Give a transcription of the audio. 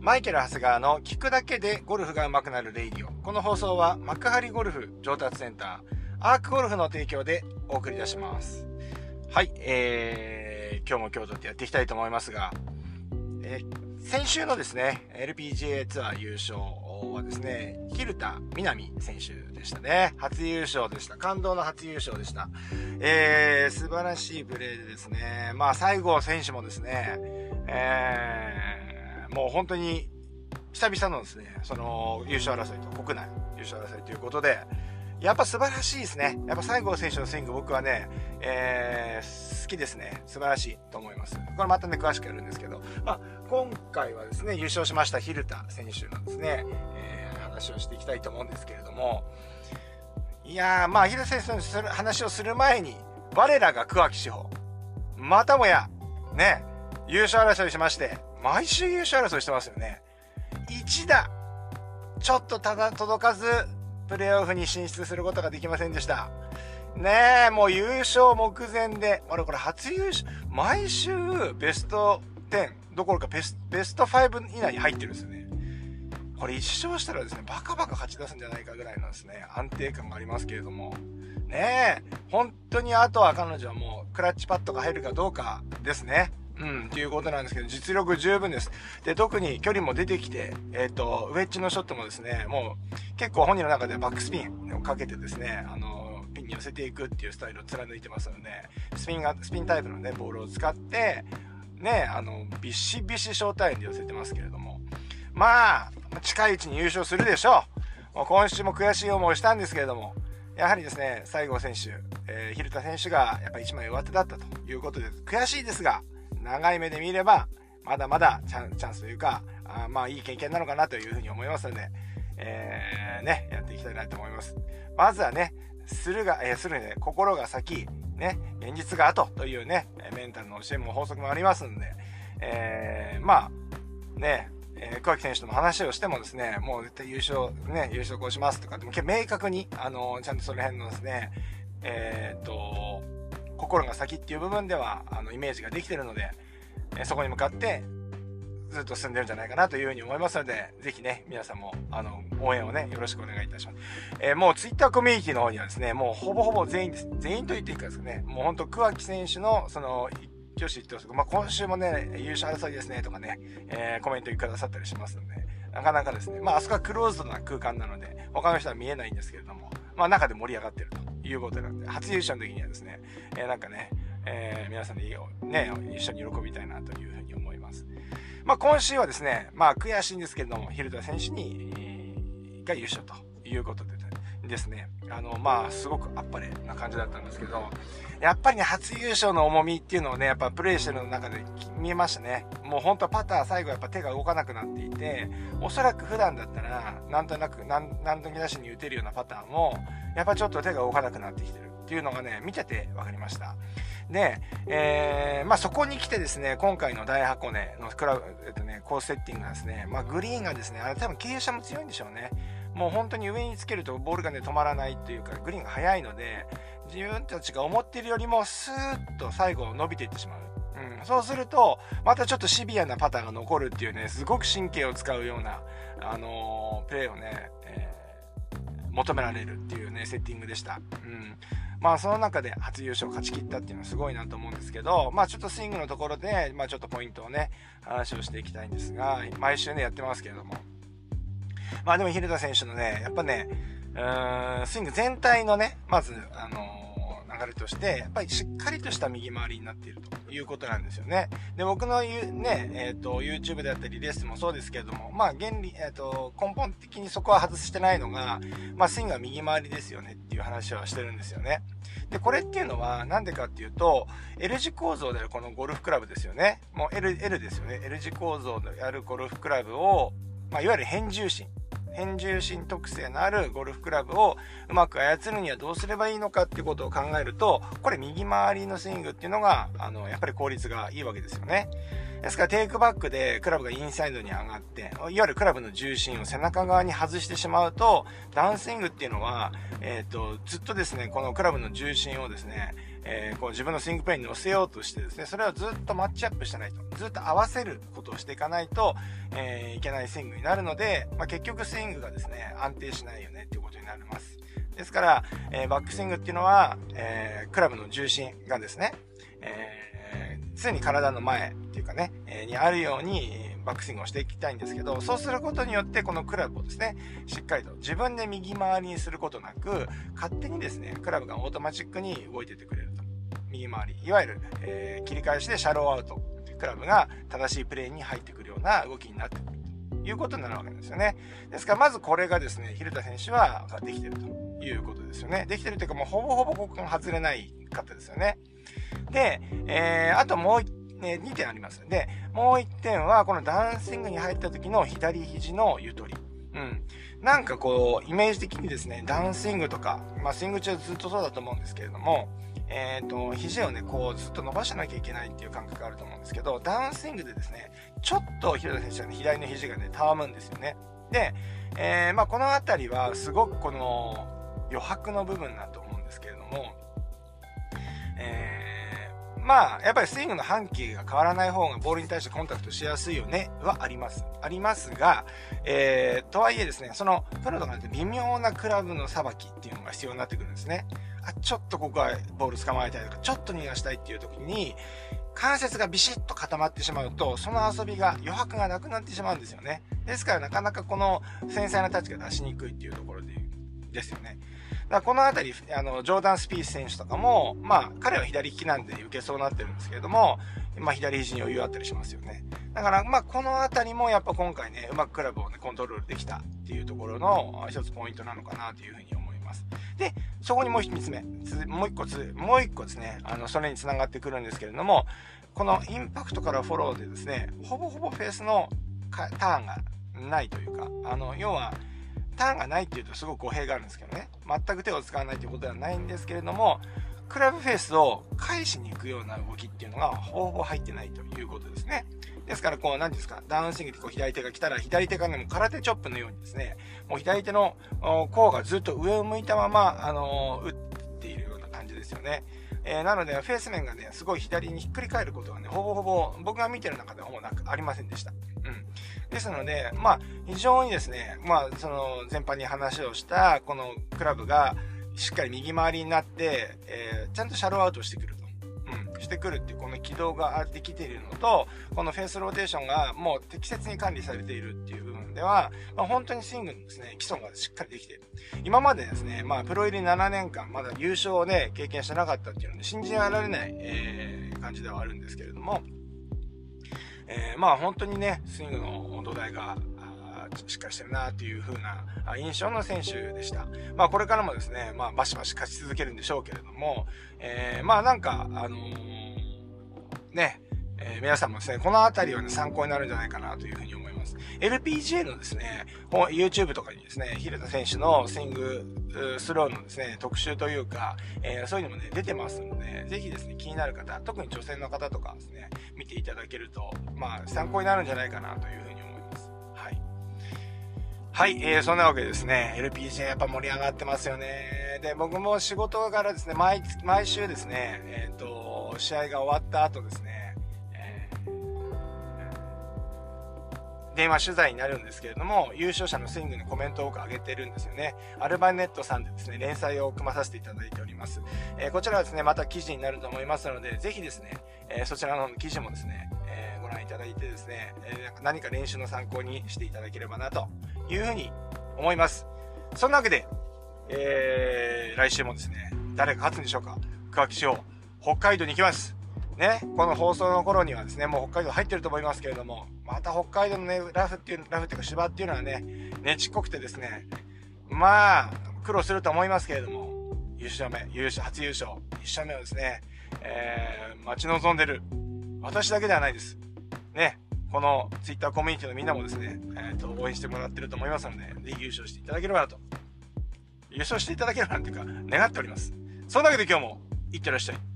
マイケル・長谷川の聞くだけでゴルフが上手くなるレイディオ。この放送は幕張ゴルフ上達センター、アークゴルフの提供でお送り出します。はい、今日も今日とってやっていきたいと思いますが、先週のですね、LPGA ツアー優勝はですね、蛭田みなみ選手でしたね。初優勝でした。感動の初優勝でした。素晴らしいプレーでですね、まあ西郷選手もですね、もう本当に久々のですね、その優勝争いと国内優勝争いということで、やっぱ素晴らしいですね。やっぱ西郷選手のスイング僕はね、好きですね。素晴らしいと思います。これまたね、詳しくやるんですけど、まあ、今回はですね、優勝しました蛭田選手のですね、話をしていきたいと思うんですけれども、いやー、まあ、蛭田選手の話をする前に、我らが桑木志保、またもや、ね、優勝争いしまして、毎週優勝争いしてますよね。1打、ちょっと届かず、プレーオフに進出することができませんでした。ねえ、もう優勝目前で、これ初優勝、毎週ベスト10どころかベスト5以内に入ってるんですよね。これ1勝したらですね、バカバカ勝ち出すんじゃないかぐらいのですね、安定感がありますけれども。ねえ、本当にあとは彼女はもうクラッチパッドが入るかどうかですね。ということなんですけど、実力十分です。で、特に距離も出てきて、ウェッジのショットもですね、もう結構本人の中ではバックスピンをかけてですね、ピンに寄せていくっていうスタイルを貫いてますので、スピンタイプのね、ボールを使って、ね、ビシビシショータイムで寄せてますけれども、まあ、近いうちに優勝するでしょう。今週も悔しい思いをしたんですけれども、やはりですね、西郷選手、蛭田選手がやっぱ一枚上手だったということで、悔しいですが、長い目で見ればまだまだチャンスというか、まあいい経験なのかなというふうに思いますので、ね、やっていきたいなと思います。まずはね、心が先、ね、現実が後というね、メンタルの教えも法則もありますので、まあね、桑木選手とも話をしてもですね、もう絶対優勝こうしますとかでも明確にちゃんとその辺のですね、心が先っていう部分ではイメージができているので、そこに向かってずっと進んでるんじゃないかなというふうに思いますので、ぜひね、皆さんも応援をね、よろしくお願いいたします。もうツイッターコミュニティの方にはですね、もうほぼほぼ全員です。全員と言っていいかですね、もう本当桑木選手のその一挙手一投足、まあ今週もね、優勝争いですねとかね、コメントくださったりしますので、なかなかですね、まああそこはクローズドな空間なので、他の人は見えないんですけれども、まあ中で盛り上がってるということなんで、初優勝の時にはですね、なんかね、皆さんでね、一緒に喜びたいなというふうに思います。まあ今週はですね、まあ悔しいんですけれども、蛭田選手が優勝ということでですね、まあすごくあっぱれな感じだったんですけど、やっぱりね、初優勝の重みっていうのをね、やっぱプレイしてる中で見えましたね。もうほんとパター最後やっぱ手が動かなくなっていて、おそらく普段だったらなんとなく何となしに打てるようなパターンもやっぱちょっと手が動かなくなってきてるっていうのがね、見てて分かりました。で、まあそこに来てですね、今回の大箱根のコースセッティングがですね、まあグリーンがですね、あれ多分傾斜も強いんでしょうね。もう本当に上につけるとボールがね、止まらないというか、グリーンが速いので、自分たちが思っているよりもスーッと最後伸びていってしまう。そうすると、またちょっとシビアなパターンが残るっていうね、すごく神経を使うような、プレーをね、求められるっていうね、セッティングでした。まあその中で初優勝を勝ち切ったっていうのはすごいなと思うんですけど、まあちょっとスイングのところで、まあちょっとポイントをね、話をしていきたいんですが、毎週ね、やってますけれども。まあでも蛭田選手のね、やっぱね、スイング全体のね、まず、流れとして、やっぱりしっかりとした右回りになっているということなんですよね。で、僕のね、YouTube であったりレッスンもそうですけれども、まあ根本的にそこは外してないのが、まあスイングは右回りですよねっていう話はしてるんですよね。で、これっていうのはなんでかっていうと、L 字構造であるこのゴルフクラブですよね。もう L ですよね。L 字構造であるゴルフクラブを、まあいわゆる変重心特性のあるゴルフクラブをうまく操るにはどうすればいいのかっていうことを考えると、これ右回りのスイングっていうのがやっぱり効率がいいわけですよね。ですからテイクバックでクラブがインサイドに上がって、いわゆるクラブの重心を背中側に外してしまうと、ダウンスイングっていうのはずっとですね、このクラブの重心をですね、 こう自分のスイングプレーに乗せようとしてですね、それをずっとマッチアップしないと、ずっと合わせることをしていかないと、いけないスイングになるので、結局スイングがですね、安定しないよねっていうことになります。ですから、バックスイングっていうのは、クラブの重心がですね、常に体の前っていうかね、にあるようにバックスイングをしていきたいんですけど、そうすることによってこのクラブをですね、しっかりと自分で右回りにすることなく、勝手にですね、クラブがオートマチックに動いててくれると。右回り、いわゆる、切り返しでシャローアウト、クラブが正しいプレーに入ってくるような動きになってくるということになるわけですよね。ですからまずこれがですね、蛭田選手はできてるということですよね。できてるというかもうほぼほぼここが外れないかったですよね。で、あともう2点あります。で、もう1点はこのダウンスイングに入った時の左肘のゆとり。なんかこうイメージ的にですね、ダウンスイングとか、スイング中ずっとそうだと思うんですけれども、肘をね、こうずっと伸ばさなきゃいけないっていう感覚があると思うんですけど、ダウンスイングでですね、ちょっと蛭田選手はね、左の肘がね、たわむんですよね。で、このあたりはすごくこの余白の部分だと思うんですけれども、やっぱりスイングの半径が変わらない方がボールに対してコンタクトしやすいよねはあります。ありますが、とはいえですね、そのプロとかで微妙なクラブのさばきっていうのが必要になってくるんですね。ちょっとここはボール捕まえたいとか、ちょっと逃がしたいっていう時に、関節がビシッと固まってしまうと、その遊びが余白がなくなってしまうんですよね。ですからなかなかこの繊細なタッチが出しにくいっていうところですよね。だからこのあたり、ジョーダン・スピース選手とかも、彼は左利きなんで受けそうになってるんですけれども、左肘に余裕あったりしますよね。だから、このあたりもやっぱ今回ね、うまくクラブをね、コントロールできたっていうところの一つポイントなのかなというふうに思います。で、そこにもう一つ目、もう一個ですね、それにつながってくるんですけれども、このインパクトからフォローでですね、ほぼほぼフェースのターンがないというか、要は、ターンがないっていうとすごく語弊があるんですけどね、全く手を使わないということではないんですけれども、クラブフェースを返しに行くような動きっていうのがほぼほぼ入ってないということですね。ですからこう何ですか、ダウンスイングでこう左手が来たら左手がね、もう空手チョップのようにですね、もう左手の甲がずっと上を向いたまま打っているような感じですよね。なのでフェース面がね、すごい左にひっくり返ることはね、ほぼほぼ僕が見てる中ではほぼありませんでした。ですので、非常にですね、その全般に話をしたこのクラブがしっかり右回りになって、ちゃんとシャローアウトしてくると。してくるっていうこの軌道ができているのと、このフェースローテーションがもう適切に管理されているっていう部分では、本当にスイングのですね、基礎がしっかりできている。今までですね、プロ入り7年間、まだ優勝をね、経験してなかったっていうので、信じられない、感じではあるんですけれども、本当にね、スイングの土台がしっかりしてるなという風な印象の選手でした。これからもですね、バシバシ勝ち続けるんでしょうけれども、なんか皆さんもですね、このあたりはね、参考になるんじゃないかなというふうに思います。LPGA のですね、YouTube とかにですね、蛭田選手のスイングスローのですね、特集というか、そういうのもね、出てますので、ぜひですね、気になる方、特に女性の方とかですね、見ていただけると、参考になるんじゃないかなというふうに思います。はい、そんなわけでですね、LPGA やっぱ盛り上がってますよね。で、僕も仕事からですね、毎週ですね、試合が終わった後ですね、電話取材になるんですけれども、優勝者のスイングにコメントを多く上げてるんですよね。アルバネットさんでですね、連載を組まさせていただいております。こちらはですね、また記事になると思いますので、ぜひですね、そちらの記事もですね、ご覧いただいてですね、何か練習の参考にしていただければなというふうに思います。そんなわけで、来週もですね、誰が勝つんでしょうか。桑木翔、北海道に行きます。ね、この放送の頃にはですね、もう北海道入ってると思いますけれども、また北海道のね、ラフっていうか芝っていうのはね、ねちっこくてですね、苦労すると思いますけれども、初優勝、1勝目をですね、待ち望んでる、私だけではないです。ね、この Twitter コミュニティのみんなもですね、応援してもらってると思いますので、ぜひ優勝していただければなと。優勝していただければなんていうか、願っております。そんなわけで今日も、いってらっしゃい。